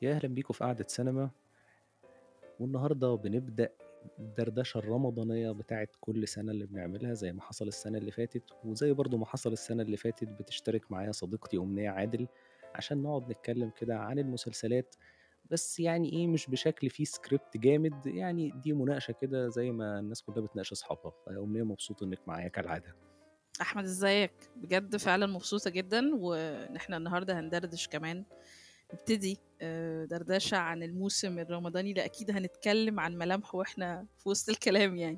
يا أهلا بيكم في قعدة سينما. والنهاردة بنبدأ الدردشة الرمضانية بتاعت كل سنة اللي بنعملها زي ما حصل السنة اللي فاتت، وزي برضو ما حصل السنة اللي فاتت بتشترك معايا صديقتي أمنية عادل عشان نقعد نتكلم كده عن المسلسلات. بس يعني إيه، مش بشكل فيه سكريبت جامد، يعني دي مناقشة كده زي ما الناس كلها بتناقش أصحابها. فيا أمنية، مبسوط إنك معايا كالعادة. احمد، ازيك؟ بجد فعلا مبسوطه جدا، وان احنا النهارده هندردش كمان. نبتدي دردشه عن الموسم الرمضاني. لا اكيد هنتكلم عن ملامحه واحنا في وسط الكلام يعني.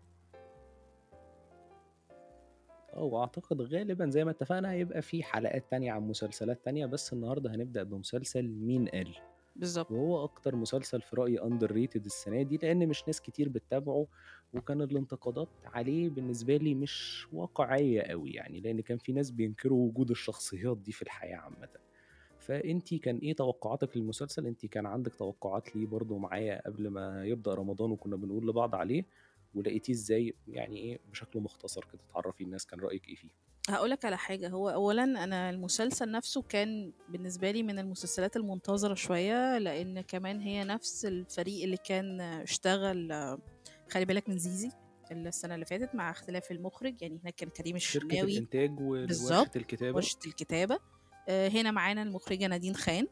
وأعتقد غالبا زي ما اتفقنا هيبقى في حلقات تانية عن مسلسلات تانية، بس النهاردة هنبدأ بمسلسل مين قال. بالظبط. وهو أكتر مسلسل في رأيي أندر ريتد السنة دي، لأن مش ناس كتير بتتابعه. وكان الانتقادات عليه بالنسبة لي مش واقعية قوي، يعني لأن كان في ناس بينكروا وجود الشخصيات دي في الحياة عامة. فأنتي كان إيه توقعاتك للمسلسل؟ أنتي كان عندك توقعات ليه برضو معايا قبل ما يبدأ رمضان وكنا بنقول لبعض عليه، ولقيتيه إزاي؟ يعني إيه بشكل مختصر كده تعرفي الناس كان رأيك إيه فيه؟ هقولك على حاجه. هو اولا انا المسلسل نفسه كان بالنسبه لي من المسلسلات المنتظره شويه، لان كمان هي نفس الفريق اللي كان اشتغل خلي بالك من زيزي السنه اللي فاتت، مع اختلاف المخرج. يعني هناك كان كريم شركة الشناوي. الإنتاج بالظبط. وورشة الكتابة. ورشة الكتابة. هنا معانا المخرجة نادين خان.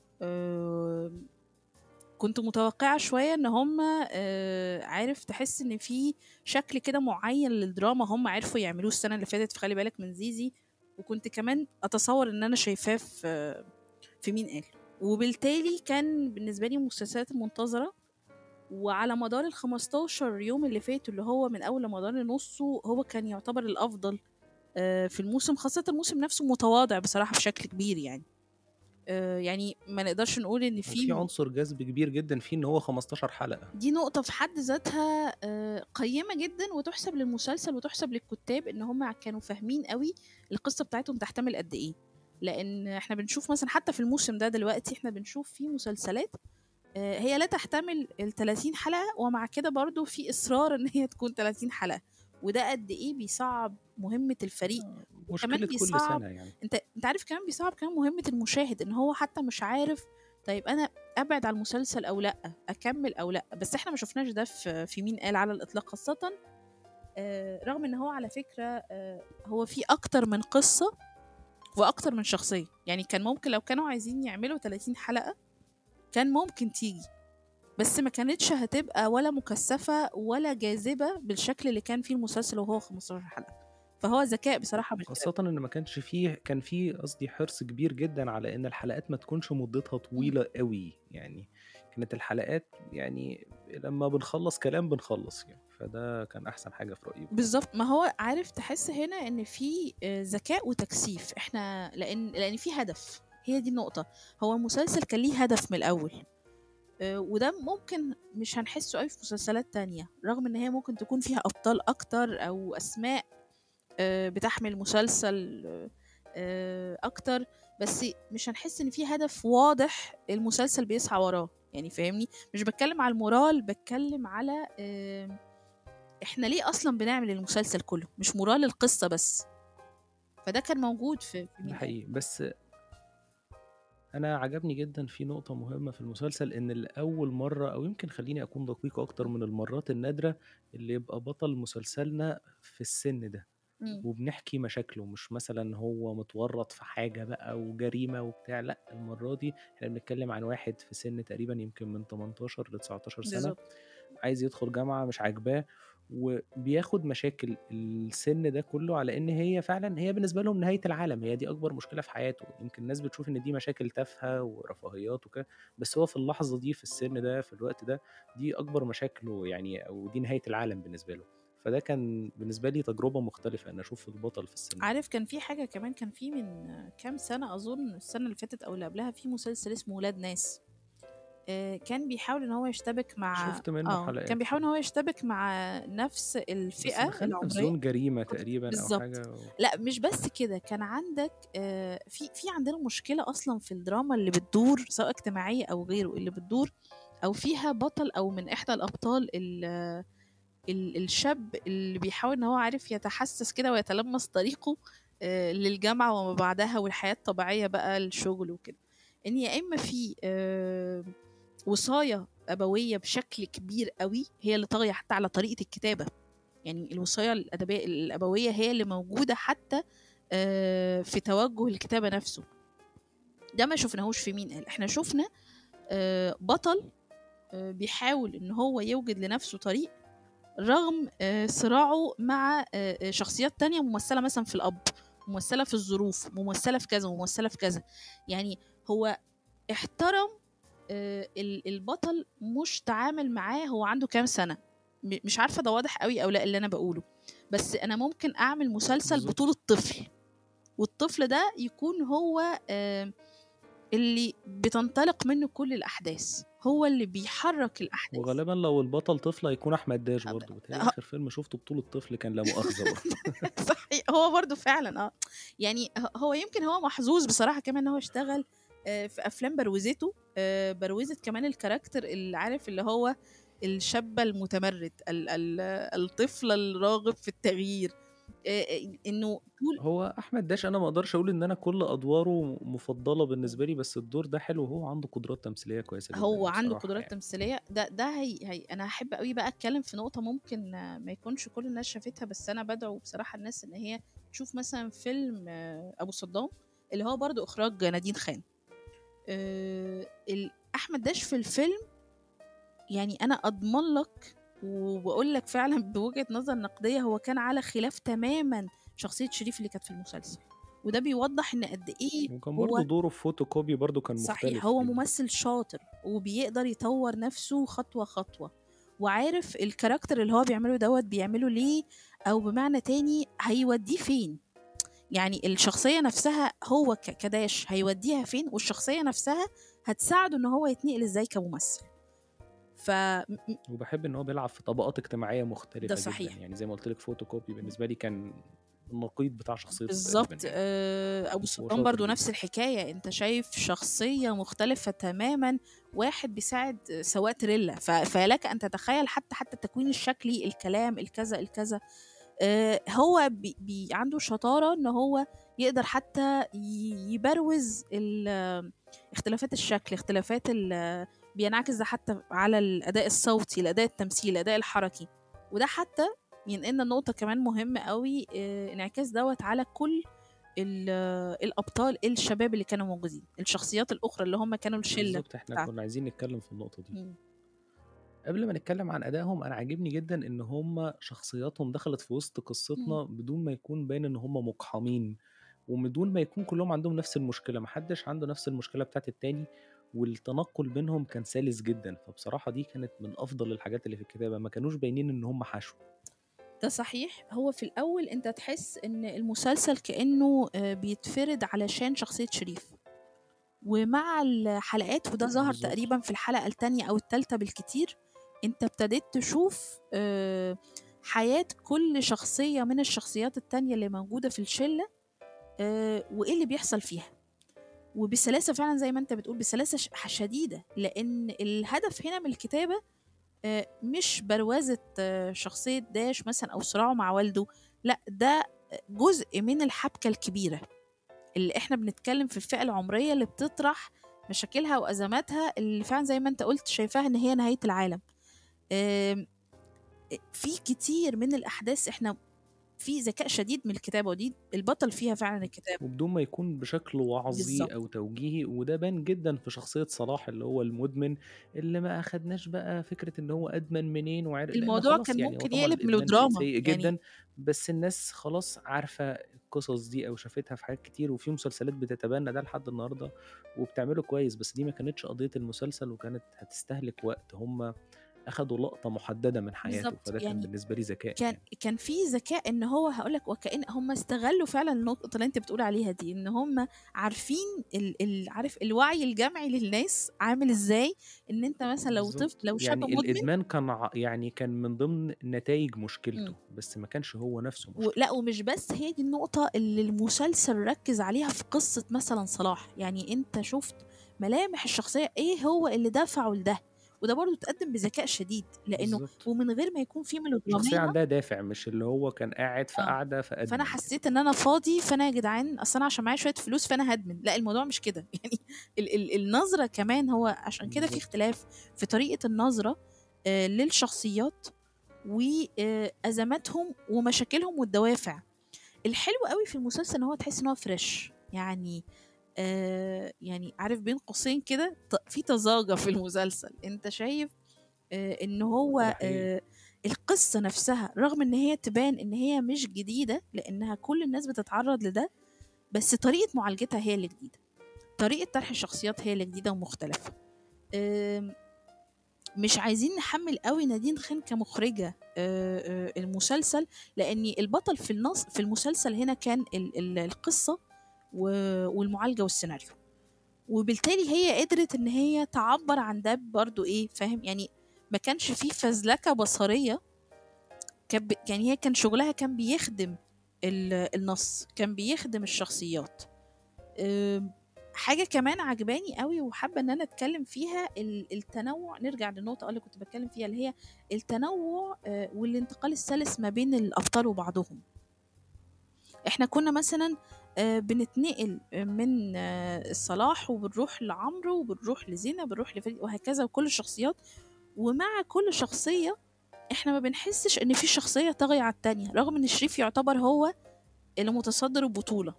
آه، كنت متوقعة شوية ان هم عارف تحس ان في شكل كده معين للدراما هم عرفوا يعملوه السنة اللي فاتت في خلي بالك من زيزي. وكنت كمان اتصور ان انا شايفاه في مين قال. وبالتالي كان بالنسبة لي مسلسلات المنتظرة. وعلى مدار ال 15 يوم اللي فاتوا، اللي هو من اول رمضان نصه، هو كان يعتبر الافضل في الموسم. خاصة الموسم نفسه متواضع بصراحة بشكل كبير يعني. يعني ما نقدرش نقول ان وفي في. عنصر جذب كبير جدا فيه إن هو 15 حلقة. دي نقطة في حد ذاتها قيمة جدا، وتحسب للمسلسل وتحسب للكتاب ان هم كانوا فاهمين قوي القصة بتاعتهم تحتمل قد ايه. لان احنا بنشوف مثلا حتى في الموسم ده دلوقتي احنا بنشوف فيه مسلسلات هي لا تحتمل ال 30 حلقة، ومع كده برضو في إصرار إن هي تكون 30 حلقة. وده قد إيه بيصعب مهمة الفريق. مشكلة وكمان كل بيصعب. سنة يعني. أنت عارف كمان بيصعب كمان مهمة المشاهد، إن هو حتى مش عارف. طيب أنا أبعد على المسلسل أو لأ، أكمل أو لأ. بس إحنا ما شفناش ده في مين قال على الإطلاق. خاصة رغم إن هو على فكرة هو في أكتر من قصة وأكتر من شخصية. يعني كان ممكن لو كانوا عايزين يعملوا 30 حلقة كان ممكن تيجي، بس ما كانتش هتبقى ولا مكثفة ولا جاذبة بالشكل اللي كان فيه المسلسل وهو 15 حلقة. فهو ذكاء بصراحة من خاصة الكتاب. إن ما كانش فيه، كان فيه قصدي حرص كبير جدا على إن الحلقات ما تكونش مدتها مم. طويلة قوي يعني. كانت الحلقات يعني لما بنخلص كلام بنخلص يعني، فده كان أحسن حاجة في رأيي بصراحة. بالظبط. ما هو عارف تحس هنا ان في ذكاء وتكثيف. احنا لان في هدف. هي دي النقطة. هو المسلسل كان ليه هدف من الأول. وده ممكن مش هنحسه قوي في مسلسلات تانية، رغم ان هي ممكن تكون فيها أبطال أكتر أو أسماء بتحمل مسلسل اكتر. بس مش هنحس ان في هدف واضح المسلسل بيسعى وراه. يعني فاهمني؟ مش بتكلم على المورال، بتكلم على احنا ليه اصلا بنعمل المسلسل كله، مش مورال القصة بس. فده كان موجود في ده مين قال. حقيقي. بس أنا عجبني جدا في نقطة مهمة في المسلسل، إن لأول مرة، أو يمكن خليني أكون دقيق أكتر من المرات النادرة، اللي يبقى بطل مسلسلنا في السن ده مم. وبنحكي مشاكله، مش مثلا هو متورط في حاجة بقى وجريمة وبتاع. لا، المرة دي احنا بنتكلم عن واحد في سن تقريبا يمكن من 18 ل 19 سنة، بالظبط. عايز يدخل جامعة مش عاجباه، وبياخد مشاكل السن ده كله على ان هي فعلا هي بالنسبة لهم نهاية العالم، هي دي اكبر مشكلة في حياته. يمكن الناس بتشوف ان دي مشاكل تافهة ورفاهيات وكده، بس هو في اللحظة دي في السن ده في الوقت ده دي اكبر مشاكله يعني، او دي نهاية العالم بالنسبة له. فده كان بالنسبة لي تجربة مختلفة ان اشوف البطل في السن ده. عارف كان في حاجة كمان. كان في من كام سنة أظن السنة اللي فاتت أو اللي قبلها في مسلسل اسمه ولاد ناس. كان بيحاول ان هو يشتبك مع شفت منه كان حلقات بيحاول كده، ان هو يشتبك مع نفس بس الفئة دخلنا في العمرية. زون جريمة تقريبا او بالظبط. حاجة لا مش بس كده. كان عندك في عندنا مشكلة اصلا في الدراما اللي بتدور، سواء اجتماعية او غيره، اللي بتدور او فيها بطل او من احدى الابطال الشاب اللي بيحاول ان هو عارف يتحسس كده ويتلمس طريقه للجامعة وما بعدها والحياة الطبيعية بقى، الشغل وكده. ان يا اما في وصاية أبوية بشكل كبير قوي هي اللي طاغية حتى على طريقة الكتابة. يعني الوصاية الأبوية هي اللي موجودة حتى في توجه الكتابة نفسه. ده ما شفناهوش في مين قال. احنا شفنا بطل بيحاول ان هو يوجد لنفسه طريق رغم صراعه مع شخصيات تانية ممثلة مثلا في الأب، ممثلة في الظروف، ممثلة في كذا، ممثلة في كذا. يعني هو احترم البطل، مش تعامل معاه هو عنده كام سنة. مش عارفة ده واضح قوي أو لا اللي أنا بقوله، بس أنا ممكن أعمل مسلسل بالظبط. بطولة طفل، والطفل ده يكون هو اللي بتنطلق منه كل الأحداث، هو اللي بيحرك الأحداث. وغالبا لو البطل طفل هيكون احمد داش برضه، بتهيألي اخر فيلم شفته بطولة طفل كان لا مؤاخذة برضه. صحيح، هو برضو فعلا يعني هو يمكن هو محظوظ بصراحة كمان ان هو اشتغل في افلام بروزته، بروزت كمان الكاركتر اللي عارف اللي هو الشاب المتمرد، الطفل الراغب في التغيير، انه طول. هو احمد داش انا ما اقدرش اقول ان انا كل ادواره مفضلة بالنسبة لي، بس الدور ده حلو وهو عنده قدرات تمثيلية كويسة جدا هو عنده بصراحة قدرات يعني. تمثيليه، ده هي انا هحب قوي بقى اتكلم في نقطه ممكن ما يكونش كل الناس شافتها، بس انا بدعو بصراحه الناس ان هي تشوف مثلا فيلم ابو صدام، اللي هو برضو اخراج نادين خان. احمد داش في الفيلم، يعني انا اضمن لك وبقول لك فعلا بوجهة نظر نقدية، هو كان على خلاف تماما شخصية شريف اللي كانت في المسلسل، وده بيوضح ان قد ايه وكان هو برضه دوره في فوتوكوبي برضه كان صحيح، مختلف هو جدا. ممثل شاطر وبيقدر يطور نفسه خطوة خطوة، وعارف الكاركتر اللي هو بيعمله بيعمله ليه، او بمعنى تاني هيوديه فين. يعني الشخصية نفسها هو كداش هيوديها فين، والشخصية نفسها هتساعده ان هو يتنقل ازاي كممثل. ف وبحب ان هو بيلعب في طبقات اجتماعية ده مختلفة جدا، صحيح. يعني زي ما قلت لك فوتوكوبي بالنسبة لي كان النقيض بتاع شخصيته تقريبا بالظبط. يعني. ابو هو سلطان شاطر برضو نفس جدا. الحكايه، انت شايف شخصيه مختلفه تماما، واحد بيساعد سواق تريلا، فلك ان تتخيل حتى التكوين الشكلي، الكلام، الكذا الكذا. هو عنده شطاره ان هو يقدر حتى يبروز اختلافات الشكل، اختلافات بينعكس ده حتى على الاداء الصوتي، الاداء التمثيلي، الاداء الحركي. وده حتى ينقلنا نقطة كمان مهمة قوي، انعكاس على كل الأبطال الشباب اللي كانوا موجودين، الشخصيات الأخرى اللي هم كانوا الشلة بالظبط، احنا بتاعته. كنا عايزين نتكلم في النقطة دي. مم. قبل ما نتكلم عن أدائهم، أنا عاجبني جدا إن هم شخصياتهم دخلت في وسط مم. قصتنا بدون ما يكون باين إن هم مقحمين، وبدون ما يكون كلهم عندهم نفس المشكلة، محدش عنده نفس المشكلة بتاعت التاني، والتنقل بينهم كان سلس جدا. فبصراحة دي كانت من أفضل الحاجات اللي في الكتابة، ما كانوش باينين إن هم حشو. ده صحيح. هو في الأول أنت تحس إن المسلسل كأنه بيتفرد علشان شخصية شريف، ومع الحلقات، وده ظهر بالظبط. تقريبا في الحلقة التانية أو التالتة بالكتير، أنت ابتديت تشوف حياة كل شخصية من الشخصيات التانية اللي موجودة في الشلة، وإيه اللي بيحصل فيها، وبسلاسة فعلا زي ما أنت بتقول، بسلاسة شديدة، لأن الهدف هنا من الكتابة مش بروازة شخصية داش مثلا أو صراعه مع والده، لا، ده جزء من الحبكة الكبيرة اللي احنا بنتكلم في الفئة العمرية اللي بتطرح مشاكلها وأزماتها، اللي فعلا زي ما انت قلت شايفاها ان هي نهاية العالم. آم، في كتير من الأحداث احنا في ذكاء شديد من الكتابة، ودي البطل فيها فعلا الكتاب. وبدون ما يكون بشكل وعظي بالظبط. أو توجيهي، وده بان جدا في شخصية صلاح اللي هو المدمن، اللي ما أخدناش بقى فكرة إن هو أدمن منين وعارف، لأن الموضوع خلاص كان يعني هو ممكن طبعا يقلب الإدمان شيء ميلودراما سيء يعني. جدا، بس الناس خلاص عارفة القصص دي أو شافتها في حاجات كتير، وفي مسلسلات بتتبنى ده لحد النهاردة وبتعمله كويس. بس دي ما كانتش قضية المسلسل، وكانت هتستهلك وقت. هم أخدوا لقطة محددة من حياته، بالظبط. فده كان يعني بالنسبة لي ذكاء كان يعني. كان في ذكاء، ان هو هقول لك وكأن هم استغلوا فعلا النقطه اللي انت بتقول عليها دي، ان هم عارفين عارف الوعي الجمعي للناس عامل ازاي، ان انت مثلا لو طفل، بالظبط، لو شاب يعني مدمن. الإدمان كان يعني كان من ضمن نتائج مم. مشكلته، بس ما كانش هو نفسه لا، مشكلته. ومش بس هي دي النقطة اللي المسلسل ركز عليها في قصة مثلا صلاح، يعني انت شفت ملامح الشخصية، ايه هو اللي دفعه لده، وده برضو اتقدم بذكاء شديد، لانه بالضبط. ومن غير ما يكون فيه شخصية ميلودراميه. عندها دافع، مش اللي هو كان قاعد في اه، قعدة فانا فأدمن يعني. حسيت ان انا فاضي، فانا يا جدعان اصل انا عشان معايا شويه فلوس فانا هدمن، لا الموضوع مش كده يعني النظره كمان، هو عشان كده في بالضبط. اختلاف في طريقه النظره للشخصيات وازماتهم ومشاكلهم والدوافع. الحلو قوي في المسلسل ان هو تحس ان هو فريش يعني. يعني عارف بين قوسين كده في طزاجه في المسلسل، انت شايف ان ده هو حقيقي. القصة نفسها رغم ان هي تبان ان هي مش جديدة لانها كل الناس بتتعرض لده، بس طريقة معالجتها هي اللي جديدة، طريقة طرح الشخصيات هي اللي جديدة ومختلفة. آم، مش عايزين نحمل قوي نادين خان كمخرجة المسلسل، لان البطل في النص في المسلسل هنا كان القصة والمعالجة والسيناريو، وبالتالي هي قدرت ان هي تعبر عن ده برضو ايه فاهم يعني. ما كانش فيه فزلكة بصرية، يعني هي كان شغلها كان بيخدم النص، كان بيخدم الشخصيات. حاجة كمان عجباني قوي وحابة ان انا اتكلم فيها التنوع، نرجع للنقطة اللي كنت بتكلم فيها اللي هي التنوع والانتقال السلس ما بين الابطال وبعضهم. احنا كنا مثلا بنتنقل من صلاح وبنروح لعمرو وبنروح لزينة بنروح لفريد وهكذا، وكل الشخصيات، ومع كل شخصية احنا ما بنحسش ان في شخصية طاغية على التانية، رغم ان شريف يعتبر هو اللي متصدر البطولة.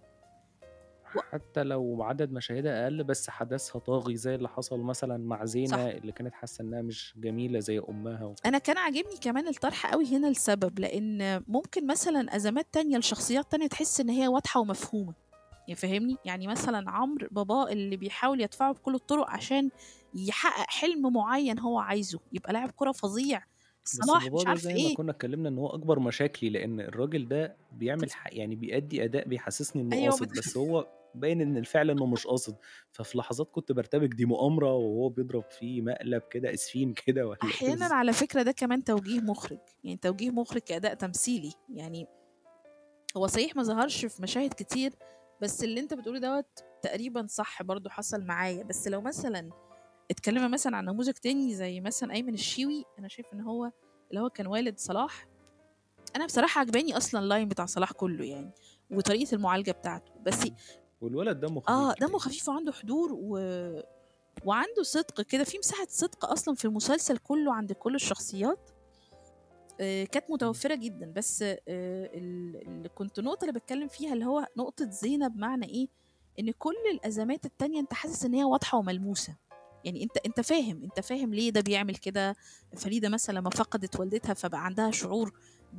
حتى لو عدد مشاهدها أقل بس حدثها طاغي، زي اللي حصل مثلًا مع زينة صح. اللي كانت حاسة إنها مش جميلة زي أمها وكده. انا كان عاجبني كمان الطرح قوي هنا لسبب، لان ممكن مثلا ازمات تانية لشخصيات تانية تحس ان هي واضحة ومفهومة، يعني فاهمني، يعني مثلا عمرو باباه اللي بيحاول يدفعه بكل الطرق عشان يحقق حلم معين هو عايزه يبقى لاعب كرة فظيع، بس صلاح باباه مش ده عارف زي ما ايه. كنا اتكلمنا إن هو أكبر مشاكلي، لإن الراجل ده بيعمل يعني بيأدّي أداء بيحسسني إنه ايوه قاصد، بس هو باين إن الفعل إنه مش قاصد، ففي لحظات كنت بارتبك دي مؤامرة وهو بيضرب فيه مقلب كده إسفين كده والّا إيه احيانا على فكرة ده كمان توجيه مخرج، يعني توجيه مخرج كأداء تمثيلي يعني. هو صحيح ما ظهرش في مشاهد كتير، بس اللي انت بتقوله دوت تقريبا صح برضو حصل معايا. بس لو مثلا اتكلمنا مثلا عن نموذج تاني زي مثلا ايمن الشيوي، انا شايف ان هو اللي هو كان والد صلاح، انا بصراحه عجباني اصلا اللاين بتاع صلاح كله يعني، وطريقه المعالجه بتاعته بس. والولد دمه خفيف دمه الحقيقة. خفيف وعنده حضور وعنده صدق كده، في مساحه صدق اصلا في المسلسل كله عند كل الشخصيات كانت إمم. متوفرة جدا. بس اللي كنت نقطة اللي بتكلم فيها اللي هو نقطة زينة، بمعنى ايه؟ ان كل الازمات التانية انت حاسس ان هي واضحة وملموسة، يعني انت فاهم ليه ده بيعمل كده. فريدة مثلا لما فقدت والدتها فبقى عندها شعور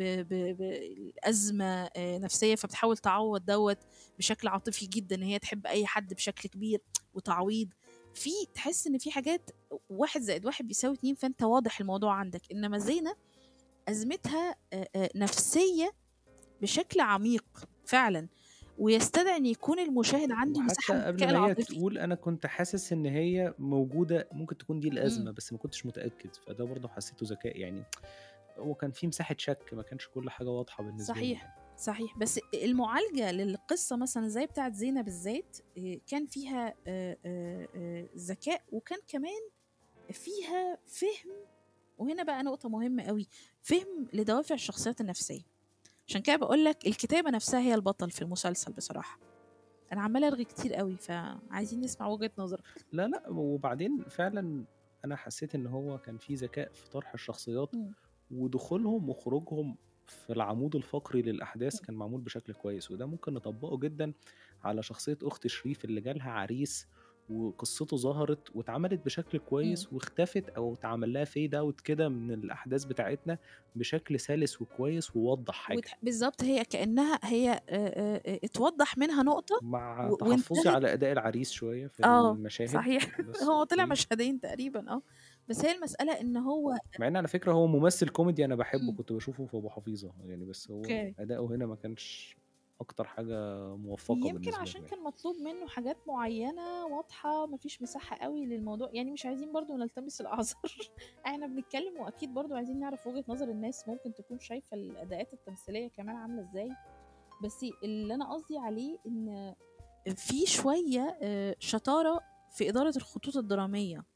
بأزمة نفسية، فبتحاول تعوض دوت بشكل عاطفي جدا ان هي تحب اي حد بشكل كبير وتعويض. في تحس ان في حاجات 1+1=2، فانت واضح الموضوع عندك. انما زينة أزمتها نفسية بشكل عميق فعلا، ويستدعي أن يكون المشاهد عنده مساحة وحتى من قبل الذكاء ما هي العاطفي. تقول أنا كنت حاسس إن هي موجودة، ممكن تكون دي مم. الأزمة، بس ما كنتش متأكد، فده برضه حسيته ذكاء يعني. هو كان في مساحة شك، ما كانش كل حاجة واضحة بالنسبة لي صحيح يعني. صحيح، بس المعالجة للقصة مثلا زي بتاعت زينة بالذات كان فيها ذكاء، وكان كمان فيها فهم. وهنا بقى نقطة مهمة قوي، فهم لدوافع الشخصيات النفسية. عشان كده بقول لك الكتابة نفسها هي البطل في المسلسل بصراحة. أنا عمالة أرغي كتير قوي، فعايزين نسمع وجهة نظرك. لا، لأ، وبعدين فعلًا أنا حسيت إن هو كان في ذكاء في طرح الشخصيات، مم. ودخولهم وخروجهم في العمود الفقري للأحداث كان معمول بشكل كويس، وده ممكن نطبّقه جدًا على شخصية أخت شريف اللي جالها عريس وقصته ظهرت واتعملت بشكل مم. كويس واختفت أو اتعمل لها fade out كده من الأحداث بتاعتنا بشكل سلس وكويس ووضّح حاجة. بالظبط، هي كأنها هي اتوضح منها نقطة مع تحفُّظي وانتهت. على أداء العريس شوية في اه المشاهد، صحيح بس هو طلع أوكي. مشهدين تقريبا بس هي المسألة ان هو مع إن على فكرة هو ممثل كوميدي أنا باحبه، مم. كنت باشوفه في أبو حفيظة يعني، بس هو اوكي، أداؤه هنا ما كانش أكتر حاجة موفّقة يمكن بالنسبة عشان له يعني. كان مطلوب منه حاجات معينة واضحة، مفيش مساحة قوي للموضوع، يعني مش عايزين برضو نلتمس الأعذار احنا بنتكلم واكيد برضو عايزين نعرف وجهة نظر الناس، ممكن تكون شايفة الأداءات التمثيلية كمان عاملة ازاي. بس اللي انا قصدي عليه ان في شوية شطارة في إدارة الخطوط الدرامية.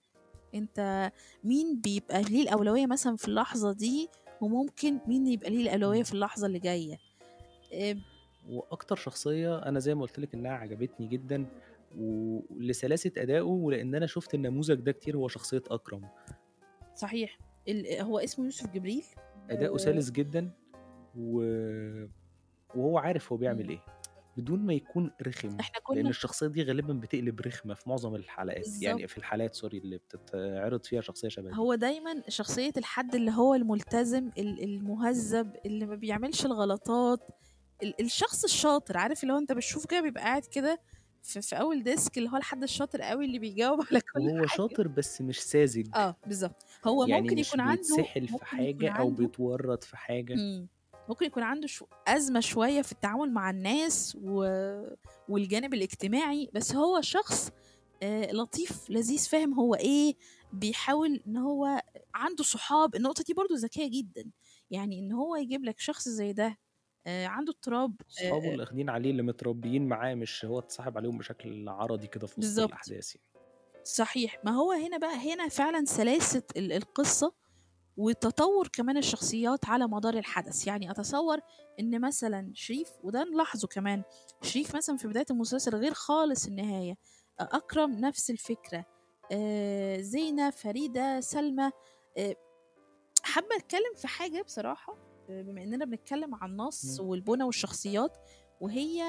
انت مين بيبقى ليه الأولوية مثلا في اللحظة دي، وممكن مين يبقى ليه الأولوية إمم. في اللحظة اللي جاية. آه، وأكتر شخصية أنا زي ما قُلت لِك إنها عجبتني جدًا ولسلاسة أدائه ولإن أنا شُفت النموذج ده كتير هو شخصية أكرم. صحيح. هو اسمه يوسف جبريل. أداؤه آه، سلس جدًا و وهو عارف هو بيعمل مم. إيه، بدون ما يكون رخم، احنا لإن كنا الشخصية دي غالبًا بتقلب رخمة في معظم الحلقات، بالظبط. يعني في الحالات اللي بتتعرض فيها شخصية شبه دي. هو دايما شخصية الحد اللي هو الملتزم المهذب اللي ما بيعملش الغلطات، الشخص الشاطر، عارف اللي هو انت بتشوف كده بيبقى قاعد كده في اول ديسك، اللي هو الحد الشاطر قوي اللي بيجاوب على كل وهو حاجة. شاطر بس مش ساذج، بالظبط. هو يعني ممكن مش يكون عنده بيتسحل في ممكن يكون حاجة أو عنده بيتورط في حاجة. إمم. ممكن يكون عنده أزمة شوية في التعامل مع الناس والجانب الاجتماعي، بس هو شخص لطيف، لذيذ، فاهم هو إيه، بيحاول إن هو عنده صحاب، النقطة دي برضه ذكية جدًا، يعني إن هو يجيب لك شخص زي ده عنده اضطراب صحابه اللي آخدين عليه اللي متربيين معاه، مش هو اتصاحب عليهم بشكل عرضي كده في وسط بالضبط. الأحداث يعني. صحيح. ما هو هنا بقى هنا فعلًا سلاسة القصة وتطور كمان الشخصيات على مدار الحدث. يعني أتصور إن مثلا شريف، وده نلاحظه كمان، شريف مثلا في بداية المسلسل غير خالص النهاية. أكرم نفس الفكرة. زينة، فريدة، سلمى. آه، حابة أتكلم في حاجة بصراحة. بما إننا بنتكلم عن النص إمم. والبنى والشخصيات، وهي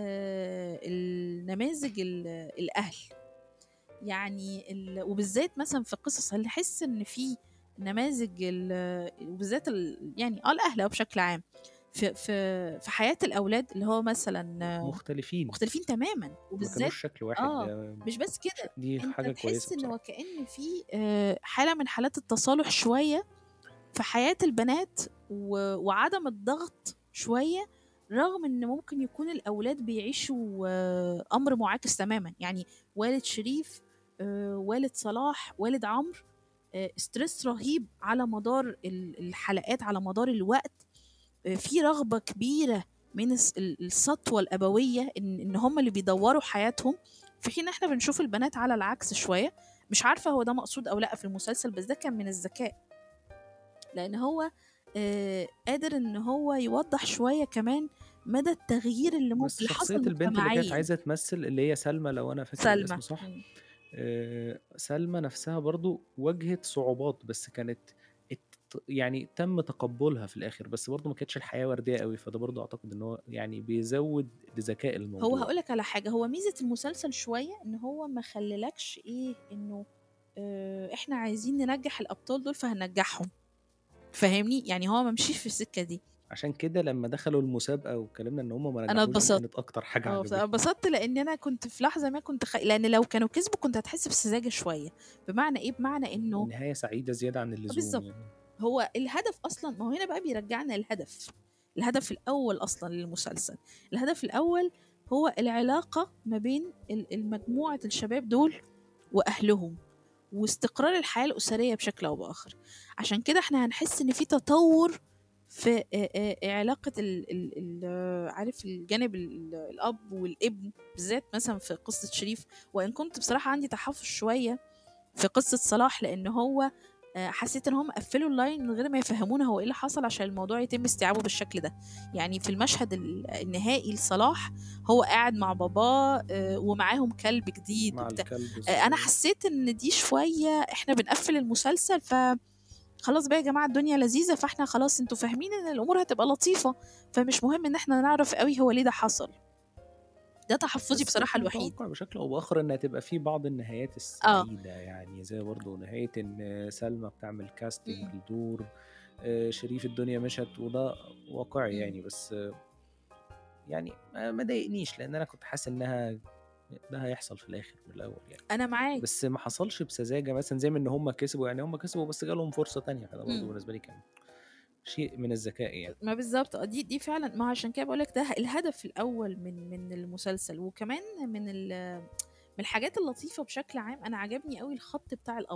النماذج الأهل. يعني وبالذات مثلا في القصص اللي احس ان في نماذج وبالذات يعني الاهل أو بشكل عام في حياة الاولاد، اللي هو مثلا مختلفين، مختلفين تماما، ما وبالذات كانوش شكل واحد اه مش بس كده، دي انت حاجة كويسة تحس ان بصراحة. وكأن في حالة من حالات التصالح شوية في حياة البنات وعدم الضغط شوية، رغم ان ممكن يكون الاولاد بيعيشوا امر معاكس تماما. يعني والد شريف، والد صلاح، والد عمرو، ستريس رهيب على مدار الحلقات، على مدار الوقت. في رغبة كبيرة من السطوة الأبوية إن هم اللي بيدوروا حياتهم، في حين إحنا بنشوف البنات على العكس شوية. مش عارفة هو ده مقصود أو لأ في المسلسل، بس ده كان من الذكاء، لأن هو قادر إن هو يوضح شوية كمان مدى التغيير بس اللي حصل شخصية البنت اللي كانت مجتمعيا. عايزة تمثّل اللي هي سلمى لو أنا فاكر سلمى. الاسم صح، سلمى نفسها برضه واجهت صعوبات، بس كانت يعني تم تقبُّلها في الآخر، بس برضه ما كانتش الحياة وردية أوي، فده برضه أعتقد إن هو يعني بيزوّد لذكاء هو الموضوع. هقولك على حاجة، هو ميزة المسلسل شوية إن هو ما خللكش إيه، إنه إحنا عايزين ننجح الأبطال دول فهننجحهم، فاهمني؟ يعني هو ما مشيش في السكة دي. عشان كده لمّا دخلوا المسابقة واتكلمنا إن هم ما أنا نجحوش دي اتبسطت. كانت أكتر حاجة بصراحة عجبتني. اتبسطت لأن أنا كنت في لحظة ما كنت لأن لو كانوا كسبوا كنت هتحس بسذاجة شوية. بمعنى إيه؟ بمعنى إنه النهاية سعيدة زيادة عن اللزوم بالضبط. يعني. هو الهدف أصلًا، ما هو هنا بقى بيرجّعنا للهدف، الهدف الأول أصلًا للمسلسل. الهدف الأول هو العلاقة ما بين المجموعة الشباب دول وأهلهم، واستقرار الحياة الأسرية بشكل أو بآخر. عشان كده إحنا هنحس إن في تطوّر في علاقة عارف الجانب الأب والابن، بالذات مثلًا في قصة شريف. وإن كنت بصراحة عندي تحفُّظ شوية في قصة صلاح، لأن هو حسيت ان هم قفلوا اللاين من غير ما يفهمونا هو ايه اللي حصل عشان الموضوع يتم استيعابه بالشكل ده. يعني في المشهد النهائي لصلاح، هو قاعد مع باباه ومعاهم كلب جديد مع وبتاع. الكلب انا الصغير. حسيت ان دي شوية احنا بنقفل المسلسل، خلاص بقى يا جماعة الدنيا لذيذة، فاحنا خلاص انتوا فاهمين ان الامور هتبقى لطيفة، فمش مهم ان احنا نعرف قوي هو ليه ده حصل. ده تحفظي بس بصراحة كان الوحيد. متوقع بشكل أو بآخر إن هتبقى في بعض النهايات اه. السعيدة، يعني زي برضه نهاية إن سلمى بتعمل كاستنج مم. لدور شريف الدنيا مشت وده واقعي مم. يعني، بس يعني ما ضايقنيش لأن أنا كنت حاسس إنها ده هيحصل في الآخر من الأول يعني، انا معاك. بس ما حصلش بسذاجة مثلًا زي ما إن هم كسبوا، يعني هم كسبوا بس جالهم فرصة تانية، فده برضه مم. بالنسبة لي كان شيء من الذكاء يعني. ما بالضبط. دي فعلًا، ما هو عشان كده باقول لك ده الهدف الأول من المسلسل. وكمان من الحاجات اللطيفة بشكل عام، أنا عجبني أوي الخط بتاع الأب،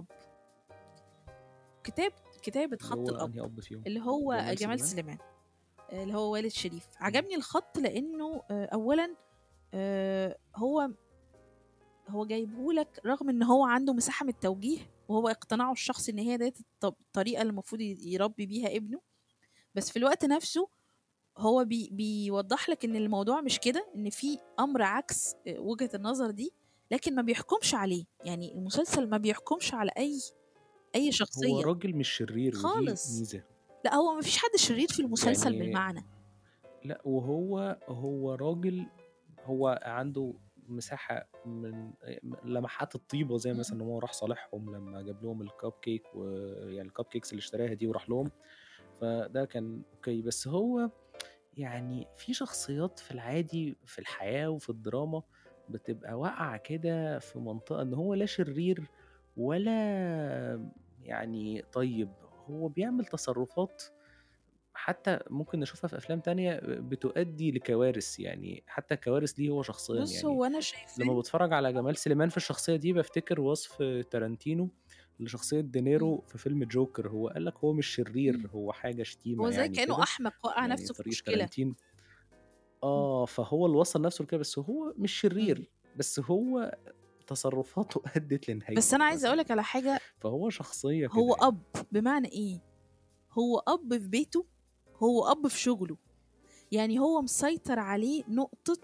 كتاب كتابة اللي خط هو الأب، أنهي أب فيهم؟ اللي هو جمال جمال سليمان؟ سليمان، اللي هو والد شريف. إمم. عجبني الخط لإنه أولًا هو جايبه لك رغم إن هو عنده مساحة من التوجيه، وهو اقتناعه الشخصي ان هي ديت الطريقه اللي المفروض يربي بيها ابنه. بس في الوقت نفسه هو بيوضح لك ان الموضوع مش كده، ان في امر عكس وجهة النظر دي، لكن ما بيحكمش عليه. يعني المسلسل ما بيحكمش على اي هو شخصية راجل مش شرير ودي خالص. ميزة. لا، هو ما فيش حد شرير في المسلسل يعني بالمعنى. لأ، هو راجل، هو عنده مساحة من لمحات الطيبة، زي مثلًا مم. إن هو راح صالحهم لمّا جاب لهم الcup cake ويعني الcup cakes اللي اشتراها دي وراح لهم، فده كان أوكي. بس هو يعني في شخصيات في العادي في الحياة وفي الدراما بتبقى واقعة كده في منطقة إن هو لا شرير ولا يعني طيب، هو بيعمل تصرفات حتى ممكن نشوفها في أفلام تانية بتؤدي لكوارث، يعني حتى كوارث ليه هو شخصيًا. بص، يعني هو انا لمّا شايفاه. باتفرّج على جمال سليمان في الشخصية دي بافتكر وصف تارانتينو لشخصية مم. دينيرو في فيلم جوكر، هو قال لك هو مش شرير، مم. هو حاجة شتيمة هو زي يعني كأنه كده. احمق وقع يعني نفسه في طريقة مشكلة. تارانتينو مم. فهو اللي وصّل نَفْسه لكده، بس هو مش مم. شرير، بس هو تصرفاته أدِّت بس انا لنهايته عايزة مثلًا اقولك على يعني، حاجة. فهو شخصية هو كده يعني. اب، بمعنى ايه؟ هو اب في بيته، هو اب في شغله. يعني هو مسيطر عليه نقطة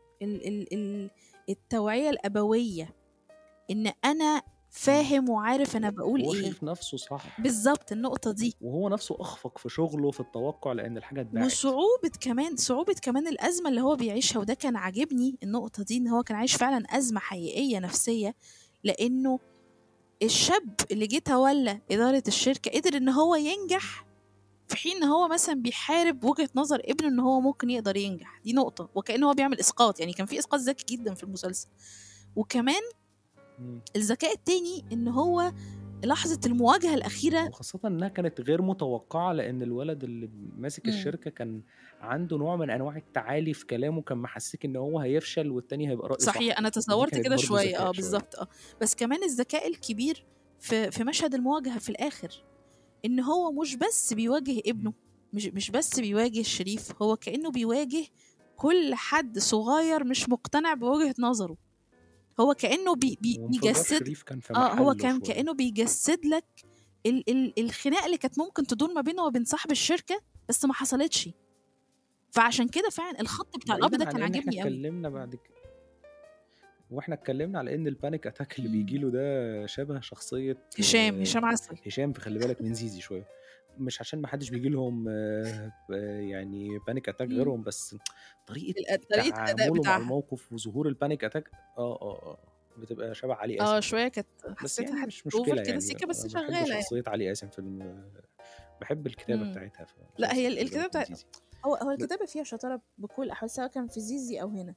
التوعية الأبوية، إن أنا إمم. فاهم وعارف أنا بقول وهو إيه. شايف نَفْسه صح، بالظبط النقطة دي. وهو نَفْسه أخفق في شغله في التوقُّع لإن الحاجة اتباعت. صعوبة كمان الأزمة اللي هو بيعيشها، وده كان عاجبني النقطة دي، إن هو كان عايش فعلا أزمة حقيقية نفسية. لأنه الشاب اللي جه تولى إدارة الشركة قدر إن هو ينجح، في حين إن هو مثلا بيحارب وجهة نظر ابنه إن هو ممكن يقدر ينجح. دي نقطة، وكأنه هو بيعمل إسقاط. يعني كان في إسقاط ذكي جدا في المسلسل. وكمان إمم. الذكاء التاني إن هو لحظة المواجهة الأخيرة. وخاصةً إنها كانت غير متوقعة، لإن الولد اللي ماسك مم. الشركة كان عنده نوع من أنواع التعالي في كلامه، كان محسّسك إن هو هيفشل والتاني هيبقى رأيه صحيح، صح، أنا ودي تصورت كانت كده برضه شوية. ذكاء شوية. بالظبط. بس كمان الذكاء الكبير في مشهد المواجهة في الآخر، إن هو مش بس بيواجه ابنه، إمم. مش بس بيواجه شريف، هو كأنه بيواجه كل حد صغير مش مقتنع بوجهة نظره. هو كأنه وانفجار بيجسد. شريف كان في هو محله كان شوية. كأنه بيجسد لك الخناقة اللي كانت ممكن تدور ما بينه وبين صاحب الشركة، بس ما حصلتش. فعشان كده فعلا الخط بتاع الأب ده بعيدًا عن كان إن إحنا عاجبني قوي. اتكلّمنا بعد وإحنا اتكلّمنا على إن الpanic attack اللي مم. بييجي له ده شبه شخصية هشام عسل. هشام في خلّي بالك من زيزي شوية، مش عشان ما حدّش بييجي لهم يعني panic attack مم. غيرهم، بس طريقة طريقة الأداء تعامله مع بتاعها. الموقف وظهور الpanic attack بتبقى شبه علي قاسم شوية شوية. كانت بس حسيتها يعني مش اوفر مشكلة كده يعني، سيكا، بس أنا باحب شغالة يعني. شخصية علي قاسم في باحب الكتابة مم. بتاعتها في لا، هي مسلسل خلّي الكتابة بالك من بتاعت. زيزي. هو ب الكتابة فيها شطارة بكل الأحوال، سواء كان في زيزي أو هنا.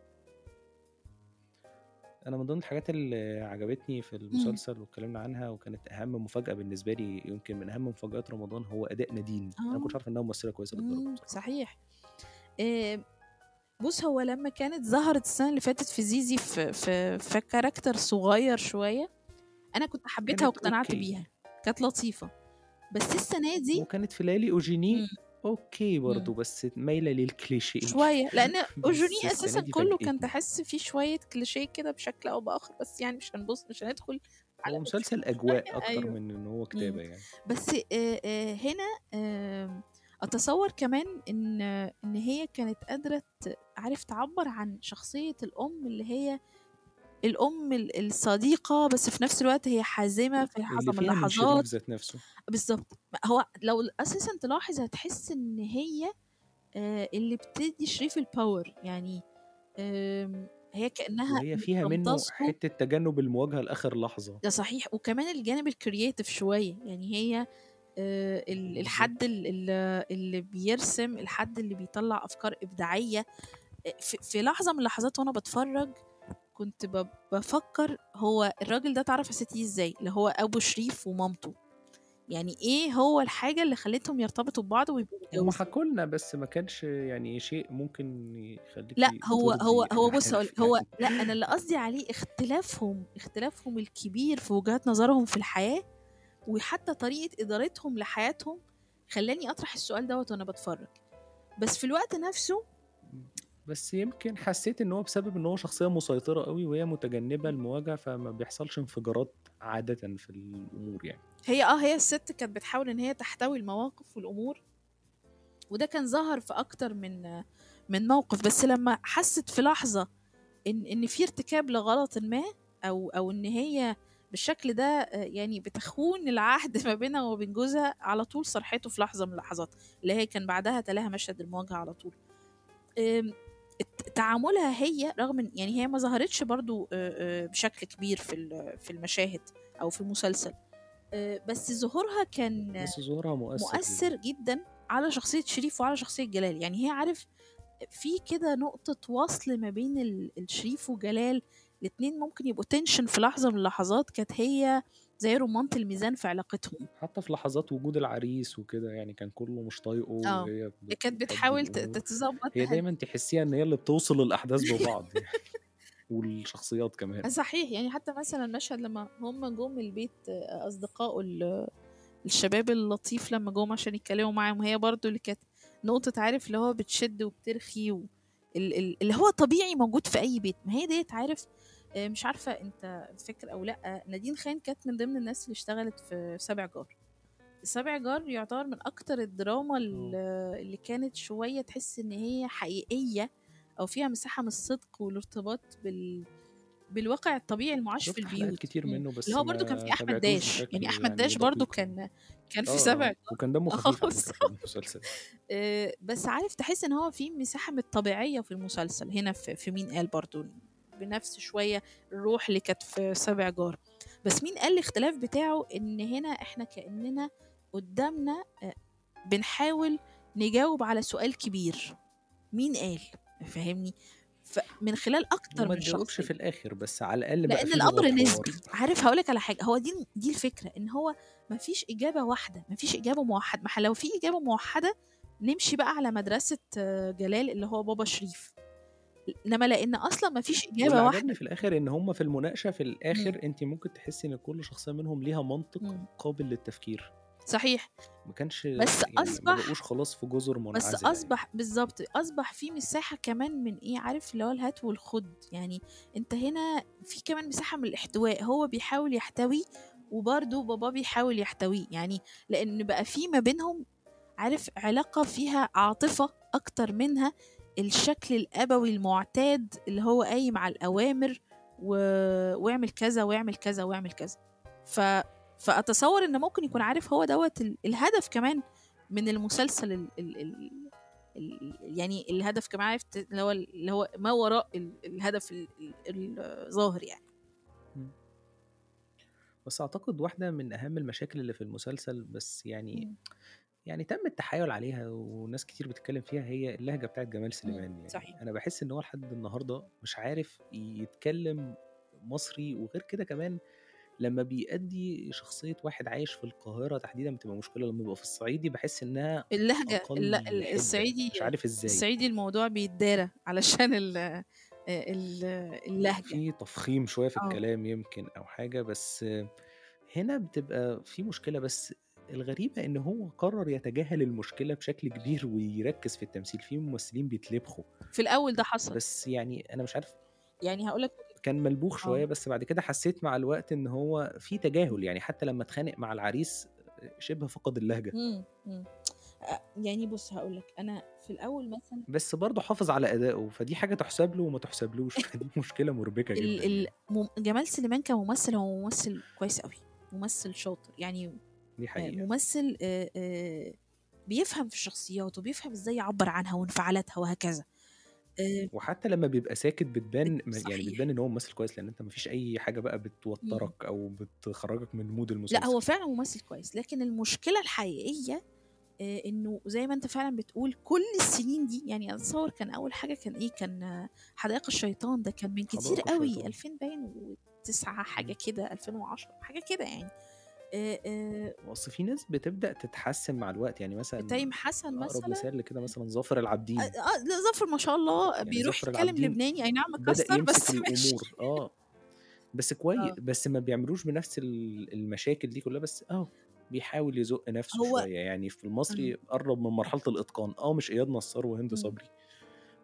أنا من ضمن الحاجات اللي عجبتني في مم. المسلسل واتكلمنا عنها وكانت أهم مفاجأة بالنسبة لي، يمكن من أهم مفاجآت رمضان، هو أداء نادين. أنا ما كنتش اه. عارف إنها ممثلة كويسة للدرجة بصراحة. صحيح. آه، بص، هو لما كانت ظهرت السنة اللي فاتت في زيزي في كاركتر صغير شوية، أنا كنت حبيتها كانت واقتنعت أوكي، بيها. كانت لطيفة. بس السنة دي. وكانت في ليالي أوجيني مم. أوكي مم. برضه، بس مايلة للكليشيه. شوية، لأن أوجوني بس السنة أساسا دي كله كان فاجأتني. تحس فيه شوية كليشيه كده بشكل أو بآخر، بس يعني مش هندخل على هو مسلسل تفاصيل أجواء شوية. أكتر أيوه. من إن هو إمم. كتابة يعني. بس هنا أتصوّر كمان إن هي كانت قادرة عارف تعبّر عن شخصية الأم، اللي هي الأم الصديقة، بس في نفس الوقت هي حازمة في لحظة اللي من فيها من شريف اللحظات. ذات نفسه. بالضبط. هو لو أساسًا تلاحظ هتحس إن هي اللي بتدّي شريف الpower. يعني هي كأنها وهي اللي فيها منه بتمتصه. حتة تجنب المواجهة لآخر لحظة. ده صحيح. وكمان الجانب الcreative شوية. يعني هي الحد بالضبط. اللي بيرسم، الحد اللي بيطلّع أفكار إبداعية. في لحظة من اللحظات وأنا باتفرّج كنت بافكّر هو الراجل ده اتعرف على الست دي إزاي، اللي هو أبو شريف ومامته. يعني إيه هو الحاجة اللي خلّتهم يرتبطوا ببعض ويبقوا هم متجوزين؟ حكوا لنا بس ما كانش يعني شيء ممكن لأ، يخلّيكِ هو هو ترضي هو بُص هاقول عارف لك، هو يعني. لأ، أنا اللي قصدي عليه اختلافهم الكبير في وجهات نظرهم في الحياة، وحتى طريقة إدارتهم لحياتهم خلّاني أطرح السؤال دوّة وأنا باتفرّج. بس في الوقت نفسه بس يمكن حسيت إن هو بسبب إن هو شخصية مسيطرة أوي وهي متجنبة المواجهة، فما بيحصلش انفجارات عادةً في الأمور يعني. هي الست كانت بتحاول إن هي تحتوي المواقف والأمور، وده كان ظهر في أكتر من موقف. بس لمّا حسّت في لحظة إن في ارتكاب لغلطٍ ما، أو إن هي بالشكل ده يعني بتخون العهد ما بينها وبين جوزها، على طول صرحته في لحظة من اللحظات، اللي هي كان بعدها تلاها مشهد المواجهة على طول. آمم تعاملها هي، رغم إن يعني هي ما ظهرتش برضه بشكل كبير في المشاهد أو في المسلسل، بس ظهورها كان بس ظهورها مؤثر جدًا. مؤثر جدًا على شخصية شريف وعلى شخصية جلال. يعني هي عارف في كده نقطة وصل ما بين شريف وجلال، الاتنين ممكن يبقوا tension في لحظة من اللحظات، كانت هي زي رمانة الميزان في علاقتهم. حتى في لحظات وجود العريس وكده يعني كان كله مش طايقه آه، وهي كانت بتهدّي بتحاول الأمور. تضبّط هي دايمًا تحسّيها إن هي اللي بتوصل الأحداث ببعض يعني والشخصيات كمان. صحيح. يعني حتى مثلًا مشهد لمّا هُم جُم البيت، أصدقائه الشباب اللطيف لمّا جُم عشان يتكلموا معاهم، هي برضه اللي كانت نقطة، عارف اللي هو بتشد وبترخي، اللي هو طبيعي موجود في أي بيت. ما هي ديّة، عارف، مش عارفة أنت فاكر أو لأ، نادين خان كانت من ضمن الناس اللي اشتغلت في سابع جار. سابع جار يعتبر من أكتر الدراما آه. اللي كانت شوية تحس إن هي حقيقية، أو فيها مساحة من الصدق والارتباط بالواقع الطبيعي المُعاش في شُفت حلقات البيوت. كتير منّه اللي بس هو برضه كان ما في أحمد تابعتوش داش، بشكل يعني أحمد يعني داش برضه دقيق يعني. كان في آه، سابع آه، وكان دمّه جار. خفيف على فكرة في بالضبط. المسلسل. بس عارف تحس إن هو في مساحة من الطبيعية في المسلسل هنا في مين قال برضه، بنفس شوية الروح اللي كانت في سابع جار. بس مين قال الاختلاف بتاعه إن هنا إحنا كأننا قدّامنا بنحاول نجاوب على سؤال كبير، مين قال؟ فاهمني؟ فمن خلال أكتر وما من تجاوبش شخصية. في الآخر، بس على الأقل بقى لأن في لغة الأمر حوار. نسبي. عارف هاقول لك على حاجة، هو دي الفكرة، إن هو ما فيش إجابة واحدة، ما فيش إجابة موحدة. ما لو في إجابة موحدة نمشي بقى على مدرسة جلال اللي هو بابا شريف، إنما لأن أصلًا ما فيش واللي إجابة عجبني واحدة. في الآخر إن هم في المناقشة في إمم، الآخر أنتِ ممكن تحسّي إن كل شخصية منهم ليها منطق إمم، قابل للتفكير. صحيح. ما كانش بس يعني ما أصبح بقوش خلاص في جزر بس منعزلة يعني. أصبح بالضبط، أصبح في مساحة كمان من إيه، عارف اللي هو الهات والخُد. يعني أنت هنا في كمان مساحة من الاحتواء، هو بيحاول يحتوي وبرضه باباه بيحاول يحتويه. يعني لإن بقى في ما بينهم، عارف، علاقة فيها عاطفة أكتر منها الشكل الأبوي المُعتاد اللي هو قايم على الأوامر و واعمل كذا، واعمل كذا، واعمل كذا. ف فأتصوّر إن ممكن يكون، عارف، هو دوّة الهدف كمان من المسلسل يعني الهدف كمان، عرفت اللي هو ما وراء الهدف الظاهر يعني. إمم. بس أعتقد واحدة من أهم المشاكل اللي في المسلسل بس يعني إمم، يعني تم التحايل عليها وناس كتير بتتكلم فيها هي اللهجة بتاعة جمال إمم، سليمان. يعني صحيح. أنا باحس إن هو لحد النهارده مش عارف يتكلم مصري، وغير كده كمان لمّا بيأدّي شخصية واحد عايش في القاهرة تحديدًا بتبقى مشكلة، لمّا يبقى في الصعيدي باحس إنها اللهجة أقل حدة، الصعيدي. مش عارف إزاي. الصعيدي الموضوع بيتدارى علشان ال اللهجة. في تفخيم شوية في آه. الكلام يمكن أو حاجة، بس هنا بتبقى في مشكلة. بس الغريبة إن هو قرر يتجاهل المشكلة بشكل كبير ويركّز في التمثيل. في ممثلين بيتلبخوا، في الأول ده حصل. بس يعني أنا مش عارف، يعني هاقول لك. كان ملبوخ آه. شوية، بس بعد كده حسّيت مع الوقت إن هو في تجاهل. يعني حتى لمّا اتخانق مع العريس شِبه فقد اللهجة. إمم، إمم. يعني بُص هاقول لك، أنا في الأول مثلًا بس برضه حافظ على أدائه، فدي حاجة تُحسب له وما تُحسبلوش، فدي مشكلة مربكة ال جدًا ال يعني. جمال سليمان كممثل هو ممثل كويس أوي، ممثل شاطر. يعني دي حقيقة. ممثل بيفهم في الشخصيات وبيفهم إزاي يعبّر عنها وانفعالاتها وهكذا. آآ وحتى لمّا بيبقى ساكت بتبان يعني صحيح. بتبان إن هو ممثل كويس، لإن أنت ما فيش أي حاجة بقى إمم. بتوتّرك أو بتخرّجك من mood لأ المسلسل. هو فعلًا ممثل كويس، لكن المشكلة الحقيقية إنه زي ما أنت فعلًا بتقول كل السنين دي. يعني أتصوّر كان أول حاجة كان إيه، كان حدائق الشيطان، ده كان من كتير حدائق أوي، الشيطان. 2000 باين و9 حاجة إمم. كده، 2010 حاجة كده يعني. آآ أصل في ناس بتبدأ تتحسّن مع الوقت، يعني مثلًا تيم حسن أقرب مثلًا. مثال لكده مثلًا ظافر العابدين. لأ ظافر ما شاء الله يعني بيروح ظافر يتكلم العابدين لبناني، أي نعم بدأ مكسّر يمسك بس ماشي. الأمور بس آه. بس ما بيعملوش بنفس المشاكل دي كلّها، بس بيحاول يزُق نَفْسه هو شوية. يعني في إمم، المصري قرّب من مرحلة الإتقان. مش إياد نصار وهند إمم. صبري،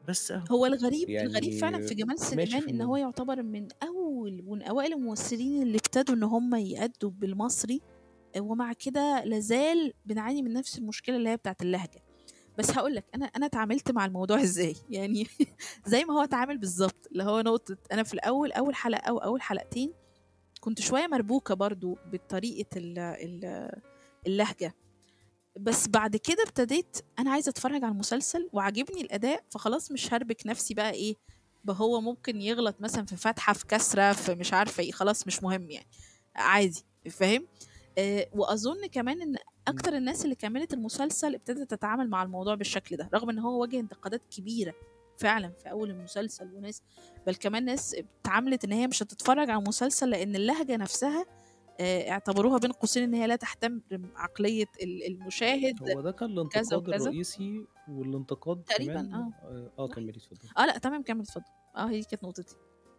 بس أهو هو الغريب يعني فعلًا في جمال ماشي سليمان في إن هو المجمل. يعتبر من أوائل الممثلين اللي ابتدوا إن هم يأدّوا بالمصري، ومع كده لا زال بنعاني من نفس المشكلة اللي هي بتاعة اللهجة. بس هاقول لك أنا اتعاملت مع الموضوع إزاي، يعني زي ما هو اتعامل بالضبط، اللي هو نقطة أنا في الأول أول حلقة أو أول حلقتين كنت شوية مربوكة برضه بطريقة اللهجة، بس بعد كده ابتديت أنا عايزة أتفرّج على المسلسل وعاجبني الأداء، فخلاص مش هاربك نفسي بقى إيه، هو ممكن يغلط مثلًا في فتحة، في كسرة، في مش عارفة إيه، خلاص مش مهم يعني، عادي، فاهم؟ وأظن كمان إن إمم. أكتر الناس اللي كمّلت المسلسل ابتدت تتعامل مع الموضوع بالشكل ده، رغم إن هو واجه انتقادات كبيرة فعلًا في أول المسلسل، وناس بل كمان ناس اتعاملت إن هي مش هتتفرّج على المسلسل لإن اللهجة نفسها اعتبروها بين قوسين إن هي لا تحترم عقلية المشاهد هو ده كان كذا الانتقاد وكذا. الرئيسي، والانتقاد تقريبًا كمان صحيح. كمّلي اتفضلي. لأ تمام كمّل اتفضل. هي دي كانت نقطتي.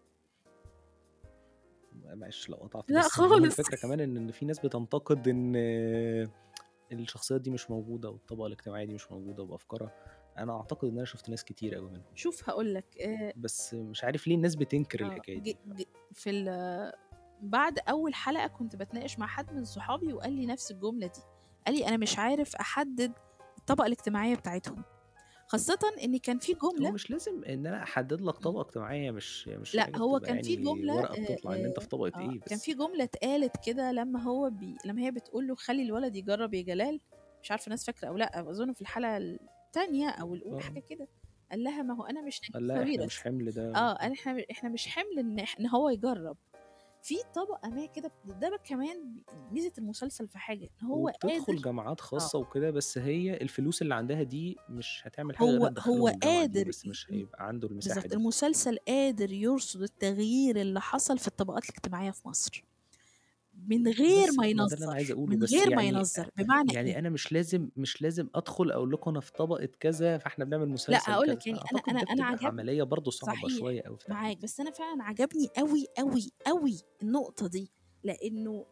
معلش لو قطعت، لأ بس هو خالص. الفكرة كمان إن في ناس بتنتقد إن الشخصيات دي مش موجودة والطبقة الاجتماعية دي مش موجودة وبأفكارها. أنا أعتقد إن أنا شُفت ناس كتير أوي منهم، شوف هاقول لك بس مش عارف ليه الناس بتنكر آه الحكاية ج دي. ج في بعد أول حلقة كنت باتناقش مع حد من صحابي وقال لي نفس الجملة دي، قال لي: "أنا مش عارف أحدد الطبقة الاجتماعية بتاعتهم." خاصةً إن كان في هو جملة مش لازم إن أنا أحدد لك إمم. طبقة اجتماعية، مش لأ حاجة هو بتبقى كان في يعني جملة ورقة بتطلع إن أنت في طبقة إيه كان بس. في جملة اتقالت كده لمّا هي بتقول له: "خلّي الولد يجرّب يا جلال." مش عارفة الناس فاكرة أو لأ، أظن في الحلقة التانية أو الأولى آه، حاجة كده، قال لها: "ما هو أنا مش قال نجيب لأ إحنا مش ساويرس." حِمل ده. قال إحنا مش حِمل إن هو يجرّب. في طبقة ما كده ده بقى كمان ميزة المسلسل في حاجة، إن هو وبتدخل قادر جامعات آه. خاصة وكده، بس هي الفلوس اللي عندها دي مش هتعمل حاجة غير هو إنها هو تدخّلهم الجامعة دي، قادر بس مش هيبقى عنده المساحة بالضبط، دي. المسلسل قادر يرصد التغيير اللي حصل في الطبقات الاجتماعية في مصر، من غير بس ما ما ده اللي أنا عايز ينظّر، أقوله، من بس غير ما يعني ينظّر، بمعنى إيه؟ يعني أنا مش لازم أدخل أقول لكم أنا في طبقة كذا، فإحنا بنعمل لأ مسلسل هاقول كذا، لك يعني أعتقد ده أنا بتبقى عجبني عملية برضه صعبة صحيح، شوية أوي في معاك، تحديدها. بس أنا فعلًا عجبني أوي، أوي، أوي النقطة دي، لإنه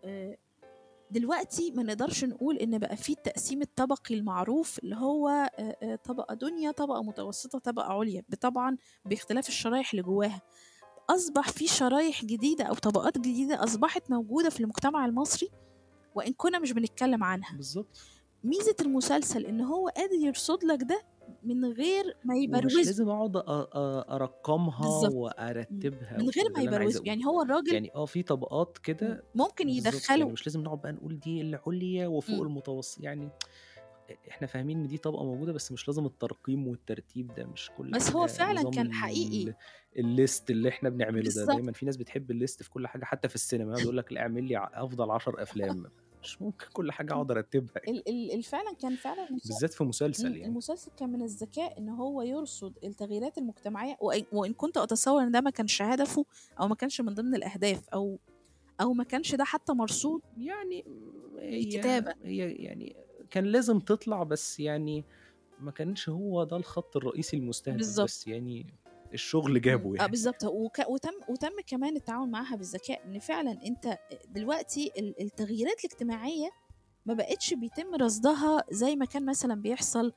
دلوقتي ما نقدرش نقول إن بقى في التقسيم الطبقي المعروف اللي هو طبقة دنيا، طبقة متوسطة، طبقة عُليا، طبعًا باختلاف الشرايح اللي جواها. أصبح في شرايح جديدة أو طبقات جديدة أصبحت موجودة في المجتمع المصري وإن كنا مش بنتكلم عنها. بالضبط. ميزة المسلسل إن هو قادر يرصد لك ده من غير ما ومش يبروزه. لازم أقعد أرقّمها بالضبط. وأرتّبها من غير وكده، ده ما اللي أنا عايز يبروزه، أقوله. يعني هو الراجل يعني في طبقات كده. ممكن بالضبط، يعني يدخّله مش لازم نقعد بقى نقول دي العُليا وفوق إمم. يعني إحنا فاهمين إن دي طبقة موجودة، بس مش لازم الترقيم والترتيب ده، مش كل بس هو حاجة فعلًا نظام كان حقيقي الlist اللي إحنا بنعمله ده. بالضبط. دايمًا في ناس بتحب الlist في كل حاجة، حتى في السينما يقعد يقول لك لأ اعمل لي أفضل 10 أفلام. مش ممكن كل حاجة أقعد أرتّبها يعني، فعلًا كان فعلًا بالذات في مسلسل يعني. المسلسل كان من الذكاء إن هو يرصد التغييرات المجتمعية وإن كنت أتصور إن ده ما كانش هدفه أو ما كانش من ضمن الأهداف أو ما كانش ده حتى مرصود يعني في هي الكتابة. هي يعني كان لازم تطلع، بس يعني ما كانش هو ده الخط الرئيسي المستهدف، بس بالضبط. يعني الشغل جابه يعني. بالضبط. وتم كمان التعامل معاها بالذكاء، إن فعلًا أنت دلوقتي التغييرات الاجتماعية ما بقِتش بيتم رصدها زي ما كان مثلًا بيحصل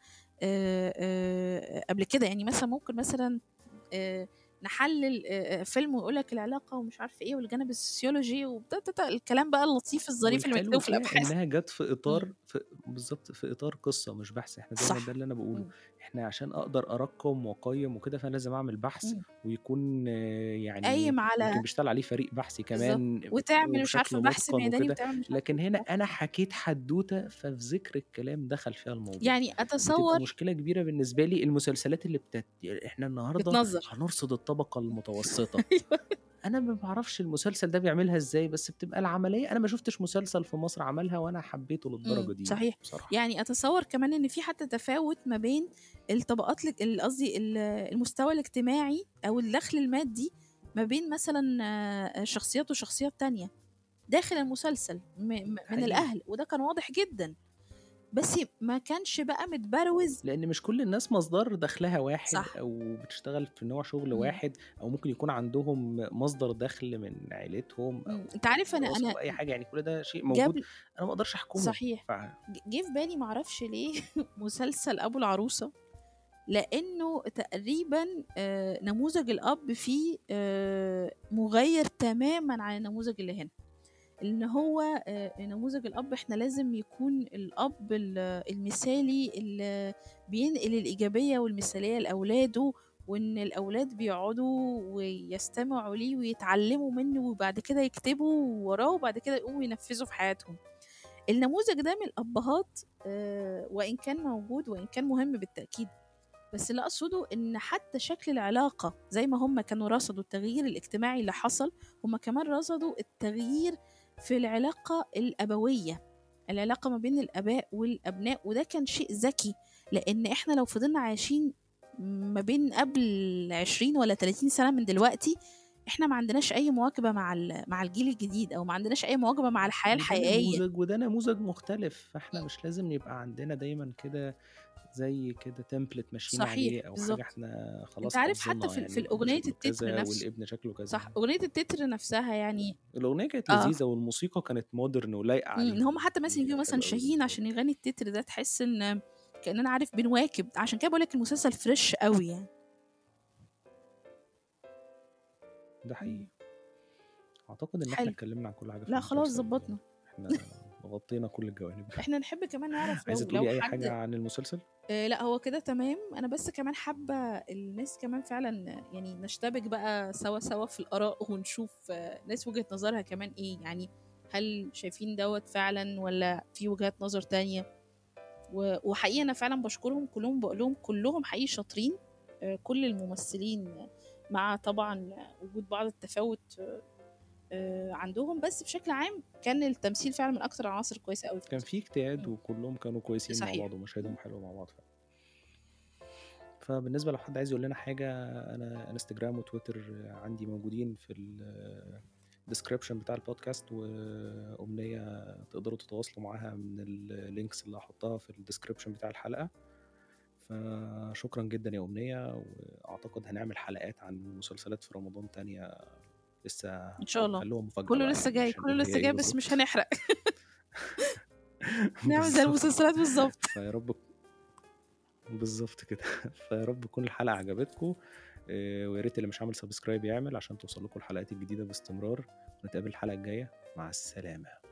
قبل كده، يعني مثلًا ممكن مثلًا نحلِّل فيلم ويقول لك العلاقة ومش عارفة إيه والجانب السوسيولوجي الكلام بقى اللطيف الظريف اللي والحلو مكتوب في فيها الأبحاث. إنها جات في إطار إمم. بالضبط، في إطار قصة مش بحث. إحنا دايمًا ده صح. اللي أنا باقوله. إمم. إحنا عشان أقدر أرقّم وأقيّم وكده، فأنا لازم أعمل بحث، إمم. ويكون يعني قايم على يمكن بيشتغل عليه فريق بحثي بالضبط. كمان وتعمل مش وبشكل عارفة بحث مُتقن ميداني وكده. وتعمل مش عارفة لكن هنا أنا حكيت حدوتة، ففي ذكر الكلام دخل فيها الموضوع. يعني بتبقى أتصوّر مشكلة كبيرة بالنسبة لي المسلسلات اللي إحنا النهارده بتنظّر. هنرصد الطبقة المتوسطة. أيوه. أنا ما باعرفش المسلسل ده بيعملها إزاي، بس بتبقى العملية أنا ما شُفتش مسلسل في مصر عملها وأنا حبيته للدرجة دي صحيح. بصراحة. يعني أتصوّر كمان إن في حتى تفاوت ما بين الطبقات قصدي المستوى الاجتماعي أو الدخل المادي ما بين مثلًا شخصيات وشخصيات تانية داخل المسلسل من حقيقي، الأهل، وده كان واضح جدًا، بس ما كانش بقى متبروز لإن مش كل الناس مصدر دخلها واحد صح. أو بتشتغل في نوع شغل إمم. واحد، أو ممكن يكون عندهم مصدر دخل من عيلتهم أو أنت عارف دراسة أنا أو أي حاجة، يعني كل ده شيء جاب موجود. أنا ما أقدرش أحكمه. صحيح. جه في بالي ما أعرفش ليه مسلسل أبو العروسة لأنه تقريبا نموذج الأب فيه مغاير تماما عن النموذج اللي هنا. إن هو نموذج الأب إحنا لازم يكون الأب المثالي اللي بينقل الإيجابية والمثالية لأولاده، وإن الأولاد بيقعدوا ويستمعوا ليه ويتعلموا منه وبعد كده يكتبوا وراه وبعد كده يقوموا ينفذوا في حياتهم. النموذج ده من الأبهات وإن كان موجود وإن كان مهم بالتأكيد، بس اللي أقصده إن حتى شكل العلاقة زي ما هم كانوا رصدوا التغيير الاجتماعي اللي حصل، هم كمان رصدوا التغيير في العلاقة الأبوية، العلاقة ما بين الآباء والأبناء. وده كان شيء ذكي، لأن إحنا لو فضلنا عايشين ما بين قبل 20 ولا 30 سنة من دلوقتي، إحنا ما عندناش أي مواكبة مع الجيل الجديد، أو ما عندناش أي مواكبة مع الحياة وده الحقيقية. نموذج وده نموذج مختلف، فاحنا مش لازم يبقى عندنا دايما كده زي كده تمبلت ماشيين عليه صحيح، او حاجه بالظبط. احنا انت خلاص عارف حتى حافظينها، في يعني الاب الأغنية شكله التتر كذا نفسه، والابن شكله كذا. صح، أغنية التتر نفسها يعني. الاغنيه كانت اه. لذيذه والموسيقى كانت مودرن ولايقه ان عليهم، هم حتى مثلا دي يجيبوا مثلا حلوه قوي شاهين بالنسبه لي. عشان يغني التتر ده، تحس ان كأننا عارف بنواكب. عشان كده بقولك المسلسل فريش قوي يعني. ده حقيقي. مم. اعتقد ان احنا حلو. اتكلمنا عن كل حاجه في لا خلاص المسلسل، ظبطنا. احنا غطينا كل الجوانب. احنا نحب كمان نعرف عايزه لو تقولي اي حد. حاجه عن المسلسل؟ لا هو كده تمام. انا بس كمان حابة الناس كمان فعلا يعني نشتبك بقى سوا سوا في الآراء ونشوف ناس وجهة نظرها كمان ايه يعني. هل شايفين دوت فعلا ولا في وجهات نظر تانية؟ وحقيقة أنا فعلا بشكرهم كلهم، بقول لهم كلهم حقيقي شاطرين. كل الممثلين، مع طبعا وجود بعض التفاوت عندهم، بس بشكل عام كان التمثيل فعلا من أكثر العناصر كويسة قوي في كان في اجتهاد مم. وكلهم كانوا كويسين مع صحيح. بعض ومشاهدهم حلوه مع بعض فعلا. فبالنسبه لو حد عايز يقول لنا حاجه، انا انستجرام وتويتر عندي موجودين في الديسكريبشن بتاع البودكاست، وأمنية تقدروا تتواصلوا معاها من اللينكس اللي هحطها في الديسكريبشن بتاع الحلقة. فشكرا جدا يا أمنية، وأعتقد هنعمل حلقات عن مسلسلات في رمضان تانية لسه، إن شاء الله. هنخلوها مفاجأة كله بقى لسه يعني جاي، مش كله هنقول هي لسه ايه جاي، بس مش بالظبط. هنحرق. نعمل زي بالظبط. المسلسلات بالظبط. فيا رب بالظبط كده. فيا رب تكون الحلقة عجبتكم، ويا ريت اللي مش عامل سبسكرايب يعمل عشان توصل لكم الحلقات الجديدة باستمرار. نتقابل الحلقة الجاية، مع السلامة.